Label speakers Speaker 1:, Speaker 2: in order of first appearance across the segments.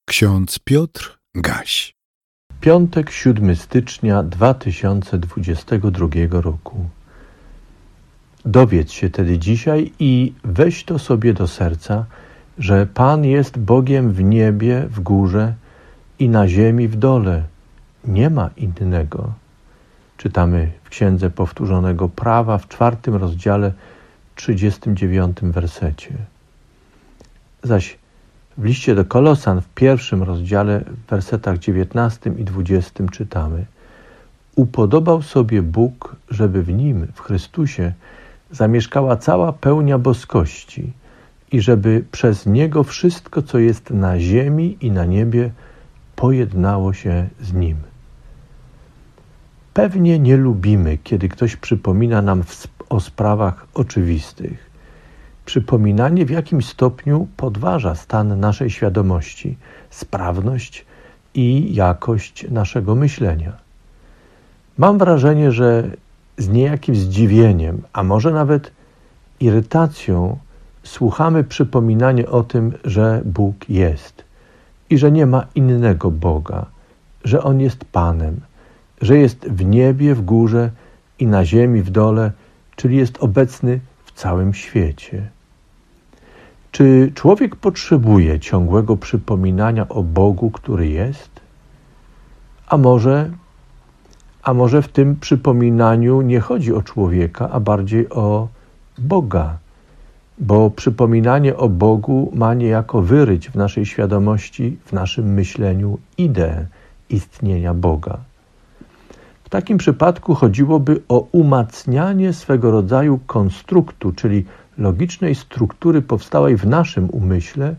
Speaker 1: Ksiądz Piotr Gaś.
Speaker 2: Piątek, 7 stycznia 2022 roku. Dowiedz się tedy dzisiaj i weź to sobie do serca, że Pan jest Bogiem w niebie, w górze i na ziemi w dole. Nie ma innego. Czytamy w Księdze Powtórzonego Prawa w 4 rozdziale, 39 wersecie. Zaś w liście do Kolosan w 1 rozdziale w wersetach 19 i 20 czytamy: Upodobał sobie Bóg, żeby w Nim, w Chrystusie, zamieszkała cała pełnia boskości i żeby przez Niego wszystko, co jest na ziemi i na niebie, pojednało się z Nim. Pewnie nie lubimy, kiedy ktoś przypomina nam o sprawach oczywistych. Przypominanie w jakimś stopniu podważa stan naszej świadomości, sprawność i jakość naszego myślenia. Mam wrażenie, że z niejakim zdziwieniem, a może nawet irytacją słuchamy przypominanie o tym, że Bóg jest i że nie ma innego Boga, że On jest Panem, że jest w niebie, w górze i na ziemi w dole, czyli jest obecny w całym świecie. Czy człowiek potrzebuje ciągłego przypominania o Bogu, który jest? A może w tym przypominaniu nie chodzi o człowieka, a bardziej o Boga, bo przypominanie o Bogu ma niejako wyryć w naszej świadomości, w naszym myśleniu ideę istnienia Boga. W takim przypadku chodziłoby o umacnianie swego rodzaju konstruktu, czyli logicznej struktury powstałej w naszym umyśle,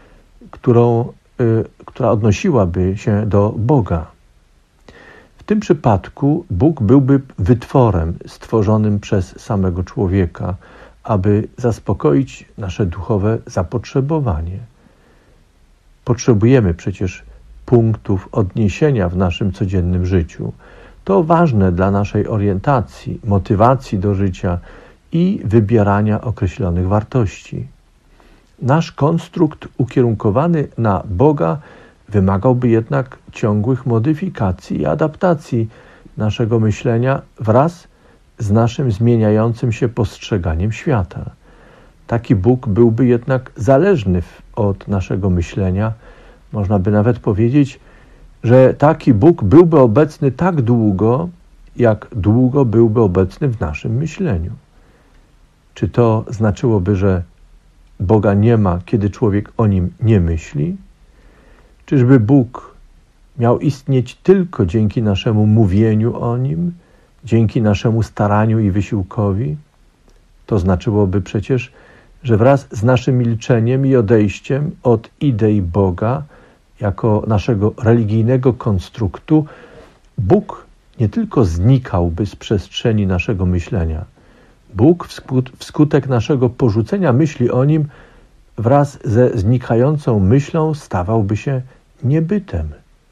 Speaker 2: która odnosiłaby się do Boga. W tym przypadku Bóg byłby wytworem stworzonym przez samego człowieka, aby zaspokoić nasze duchowe zapotrzebowanie. Potrzebujemy przecież punktów odniesienia w naszym codziennym życiu. To ważne dla naszej orientacji, motywacji do życia i wybierania określonych wartości. Nasz konstrukt ukierunkowany na Boga wymagałby jednak ciągłych modyfikacji i adaptacji naszego myślenia wraz z naszym zmieniającym się postrzeganiem świata. Taki Bóg byłby jednak zależny od naszego myślenia. Można by nawet powiedzieć, że taki Bóg byłby obecny tak długo, jak długo byłby obecny w naszym myśleniu. Czy to znaczyłoby, że Boga nie ma, kiedy człowiek o Nim nie myśli? Czyżby Bóg miał istnieć tylko dzięki naszemu mówieniu o Nim, dzięki naszemu staraniu i wysiłkowi? To znaczyłoby przecież, że wraz z naszym milczeniem i odejściem od idei Boga, jako naszego religijnego konstruktu, Bóg nie tylko znikałby z przestrzeni naszego myślenia. Bóg wskutek naszego porzucenia myśli o Nim wraz ze znikającą myślą stawałby się niebytem.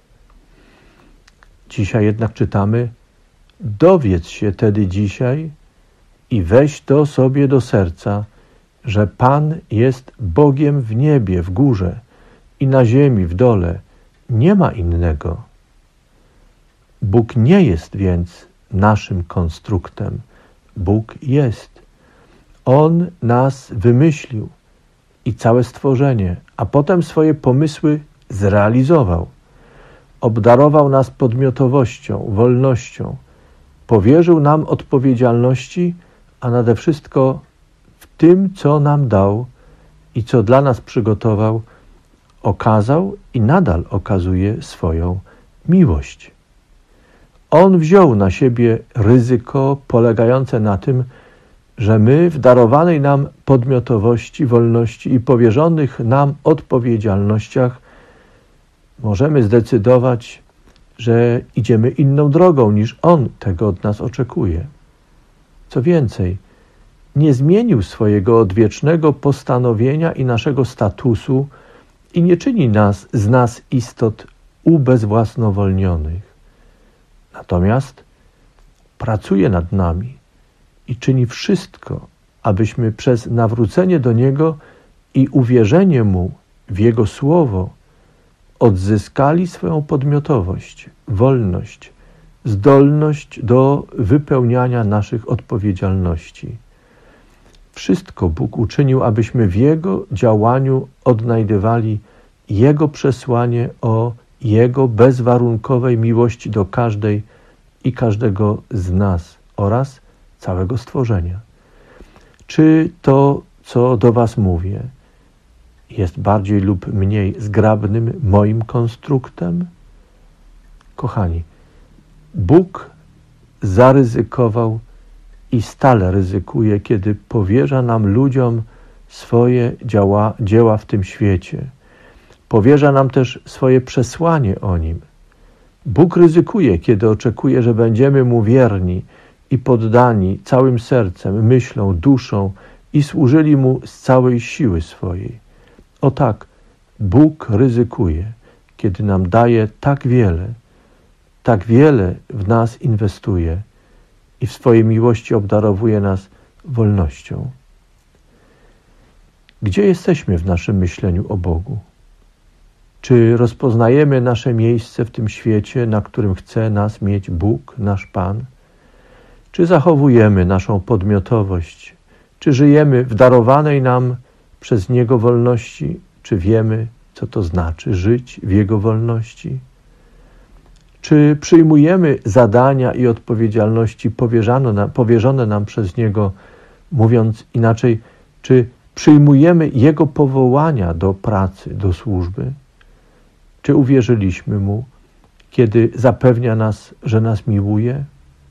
Speaker 2: Dzisiaj jednak czytamy: Dowiedz się tedy dzisiaj i weź to sobie do serca, że Pan jest Bogiem w niebie, w górze i na ziemi w dole. Nie ma innego. Bóg nie jest więc naszym konstruktem. Bóg jest. On nas wymyślił i całe stworzenie, a potem swoje pomysły zrealizował. Obdarował nas podmiotowością, wolnością. Powierzył nam odpowiedzialności, a nade wszystko w tym, co nam dał i co dla nas przygotował, okazał i nadal okazuje swoją miłość. On wziął na siebie ryzyko polegające na tym, że my w darowanej nam podmiotowości, wolności i powierzonych nam odpowiedzialnościach możemy zdecydować, że idziemy inną drogą, niż On tego od nas oczekuje. Co więcej, nie zmienił swojego odwiecznego postanowienia i naszego statusu i nie czyni z nas istot ubezwłasnowolnionych. Natomiast pracuje nad nami i czyni wszystko, abyśmy przez nawrócenie do Niego i uwierzenie Mu w Jego Słowo odzyskali swoją podmiotowość, wolność, zdolność do wypełniania naszych odpowiedzialności. Wszystko Bóg uczynił, abyśmy w Jego działaniu odnajdywali Jego przesłanie o Jego bezwarunkowej miłości do każdej i każdego z nas oraz całego stworzenia. Czy to, co do was mówię, jest bardziej lub mniej zgrabnym moim konstruktem? Kochani, Bóg zaryzykował i stale ryzykuje, kiedy powierza nam ludziom swoje dzieła w tym świecie. Powierza nam też swoje przesłanie o Nim. Bóg ryzykuje, kiedy oczekuje, że będziemy Mu wierni i poddani całym sercem, myślą, duszą i służyli Mu z całej siły swojej. O tak, Bóg ryzykuje, kiedy nam daje tak wiele w nas inwestuje i w swojej miłości obdarowuje nas wolnością. Gdzie jesteśmy w naszym myśleniu o Bogu? Czy rozpoznajemy nasze miejsce w tym świecie, na którym chce nas mieć Bóg, nasz Pan? Czy zachowujemy naszą podmiotowość? Czy żyjemy w darowanej nam przez Niego wolności? Czy wiemy, co to znaczy żyć w Jego wolności? Czy przyjmujemy zadania i odpowiedzialności powierzone nam przez Niego, mówiąc inaczej, czy przyjmujemy Jego powołania do pracy, do służby? Czy uwierzyliśmy Mu, kiedy zapewnia nas, że nas miłuje?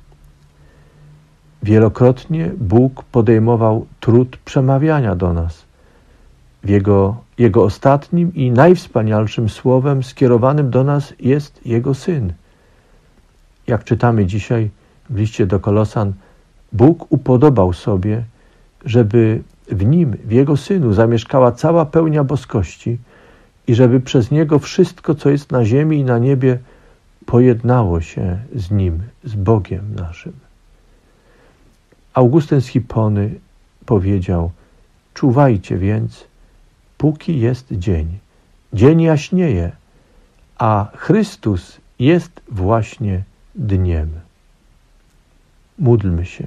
Speaker 2: Wielokrotnie Bóg podejmował trud przemawiania do nas. Jego ostatnim i najwspanialszym słowem skierowanym do nas jest Jego Syn. Jak czytamy dzisiaj w liście do Kolosan, Bóg upodobał sobie, żeby w Nim, w Jego Synu zamieszkała cała pełnia boskości i żeby przez Niego wszystko, co jest na ziemi i na niebie, pojednało się z Nim, z Bogiem naszym. Augustyn z Hipony powiedział: czuwajcie więc, póki jest dzień. Dzień jaśnieje, a Chrystus jest właśnie dniem. Módlmy się.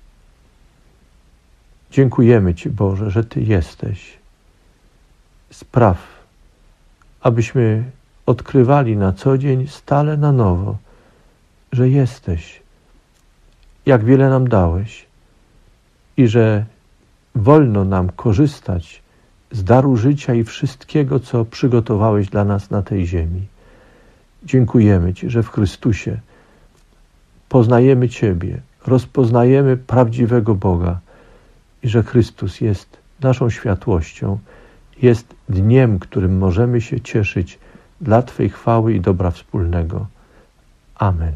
Speaker 2: Dziękujemy Ci, Boże, że Ty jesteś. Spraw, abyśmy odkrywali na co dzień stale na nowo, że jesteś, jak wiele nam dałeś i że wolno nam korzystać z daru życia i wszystkiego, co przygotowałeś dla nas na tej ziemi. Dziękujemy Ci, że w Chrystusie poznajemy Ciebie, rozpoznajemy prawdziwego Boga i że Chrystus jest naszą światłością, jest dniem, którym możemy się cieszyć dla Twej chwały i dobra wspólnego. Amen.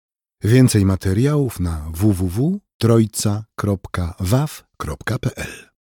Speaker 1: Więcej materiałów na www.trojca.waw.pl